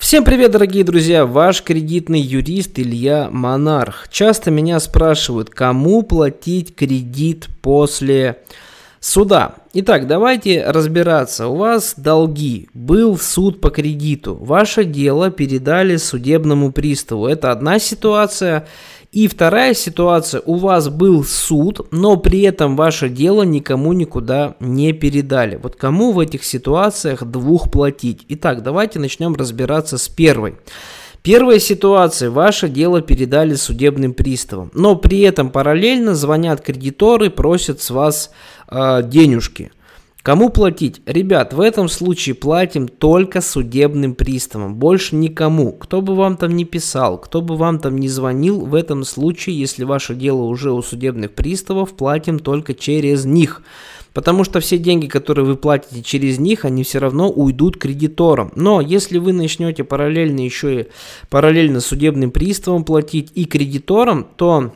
Всем привет, дорогие друзья! Ваш кредитный юрист Илья Монарх. Часто меня спрашивают, кому платить кредит после суда. Итак, давайте разбираться. У вас долги, был суд по кредиту, ваше дело передали судебному приставу. Это одна ситуация. И вторая ситуация, у вас был суд, но при этом ваше дело никому никуда не передали. Вот кому в этих ситуациях двух платить? Итак, давайте начнем разбираться с первой. Первая ситуация, ваше дело передали судебным приставам, но при этом параллельно звонят кредиторы, просят с вас денежки. Кому платить? Ребят, в этом случае платим только судебным приставам, больше никому. Кто бы вам там ни писал, кто бы вам там ни звонил, в этом случае, если ваше дело уже у судебных приставов, платим только через них. Потому что все деньги, которые вы платите через них, они все равно уйдут кредиторам. Но если вы начнете параллельно еще и параллельно судебным приставам платить и кредиторам, то,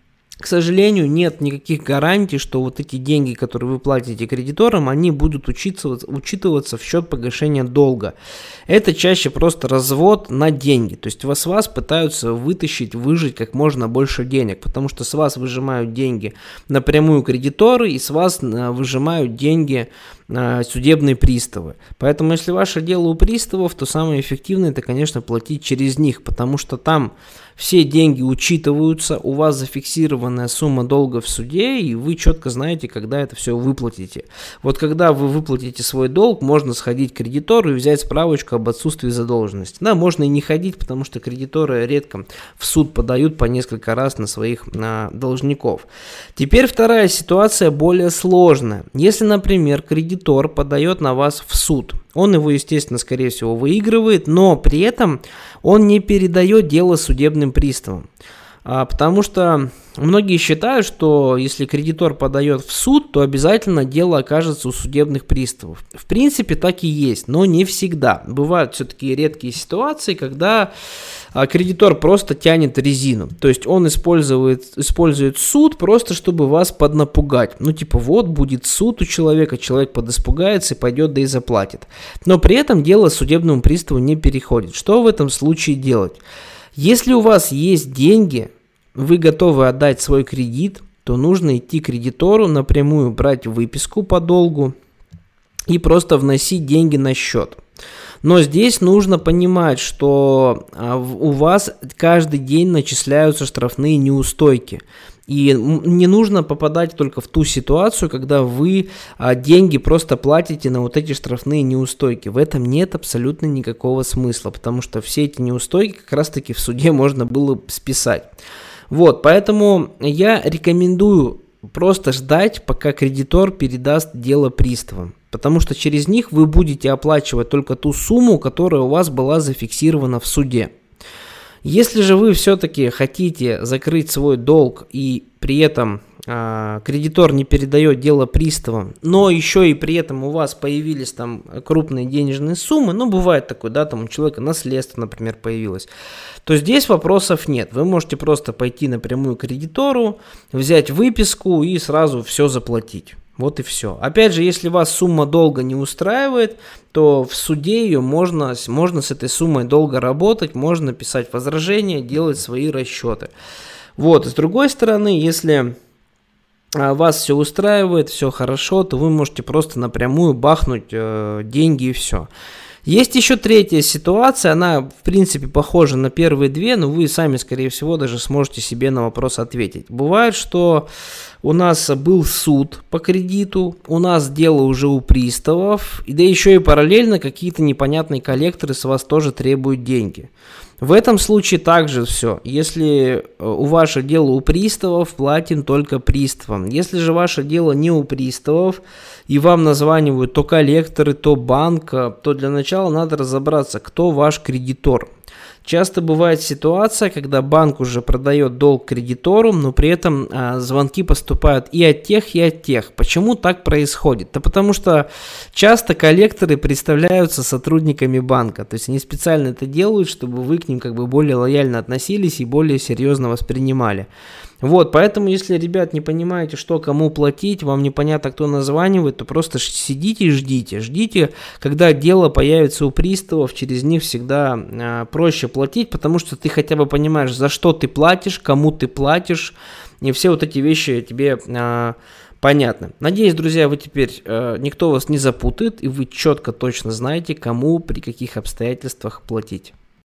к сожалению, нет никаких гарантий, что вот эти деньги, которые вы платите кредиторам, они будут учитываться в счет погашения долга. Это чаще просто развод на деньги. То есть с вас пытаются выжать как можно больше денег, потому что с вас выжимают деньги напрямую кредиторы и с вас выжимают деньги судебные приставы. Поэтому, если ваше дело у приставов, то самое эффективное это, конечно, платить через них, потому что там все деньги учитываются, у вас зафиксированная сумма долга в суде, и вы четко знаете, когда это все выплатите. Вот когда вы выплатите свой долг, можно сходить к кредитору и взять справочку об отсутствии задолженности. Да, можно и не ходить, потому что кредиторы редко в суд подают по несколько раз на своих должников. Теперь вторая ситуация более сложная. Если, например, кредитор подает на вас в суд, он его, естественно, скорее всего, выигрывает, но при этом он не передает дело судебным приставам. Потому что многие считают, что если кредитор подает в суд, то обязательно дело окажется у судебных приставов. В принципе, так и есть, но не всегда. Бывают все-таки редкие ситуации, когда кредитор просто тянет резину. То есть он использует суд просто, чтобы вас поднапугать. Ну типа вот будет суд у человека, человек подиспугается и пойдет да и заплатит. Но при этом дело судебному приставу не переходит. Что в этом случае делать? Если у вас есть деньги, вы готовы отдать свой кредит, то нужно идти к кредитору, напрямую брать выписку по долгу и просто вносить деньги на счет. Но здесь нужно понимать, что у вас каждый день начисляются штрафные неустойки. И не нужно попадать только в ту ситуацию, когда вы деньги просто платите на вот эти штрафные неустойки. В этом нет абсолютно никакого смысла, потому что все эти неустойки как раз-таки в суде можно было списать. Вот, поэтому я рекомендую просто ждать, пока кредитор передаст дело приставам. Потому что через них вы будете оплачивать только ту сумму, которая у вас была зафиксирована в суде. Если же вы все-таки хотите закрыть свой долг и при этом кредитор не передает дело приставам, но еще и при этом у вас появились там крупные денежные суммы, ну бывает такое, да, там у человека наследство, например, появилось, то здесь вопросов нет. Вы можете просто пойти напрямую к кредитору, взять выписку и сразу все заплатить. Вот и все. Опять же, если вас сумма долга не устраивает, то в суде ее можно с этой суммой долга работать, можно писать возражения, делать свои расчеты. Вот, с другой стороны, если вас все устраивает, все хорошо, то вы можете просто напрямую бахнуть деньги и все. Есть еще третья ситуация, она в принципе похожа на первые две, но вы сами, скорее всего, даже сможете себе на вопрос ответить. Бывает, что у нас был суд по кредиту, у нас дело уже у приставов, да еще и параллельно какие-то непонятные коллекторы с вас тоже требуют деньги. В этом случае также все. Если у ваше дело у приставов, платим только приставам. Если же ваше дело не у приставов, и вам названивают то коллекторы, то банк, то для начала надо разобраться, кто ваш кредитор. Часто бывает ситуация, когда банк уже продает долг кредитору, но при этом звонки поступают и от тех, и от тех. Почему так происходит? Да потому что часто коллекторы представляются сотрудниками банка. То есть они специально это делают, чтобы вы к ним как бы более лояльно относились и более серьезно воспринимали. Вот, поэтому, если, ребят, не понимаете, что кому платить, вам непонятно, кто названивает, то просто сидите и ждите. Ждите, когда дело появится у приставов, через них всегда проще платить, потому что ты хотя бы понимаешь, за что ты платишь, кому ты платишь, и все вот эти вещи тебе понятны. Надеюсь, друзья, вы теперь, никто вас не запутает, и вы четко, точно знаете, кому, при каких обстоятельствах платить.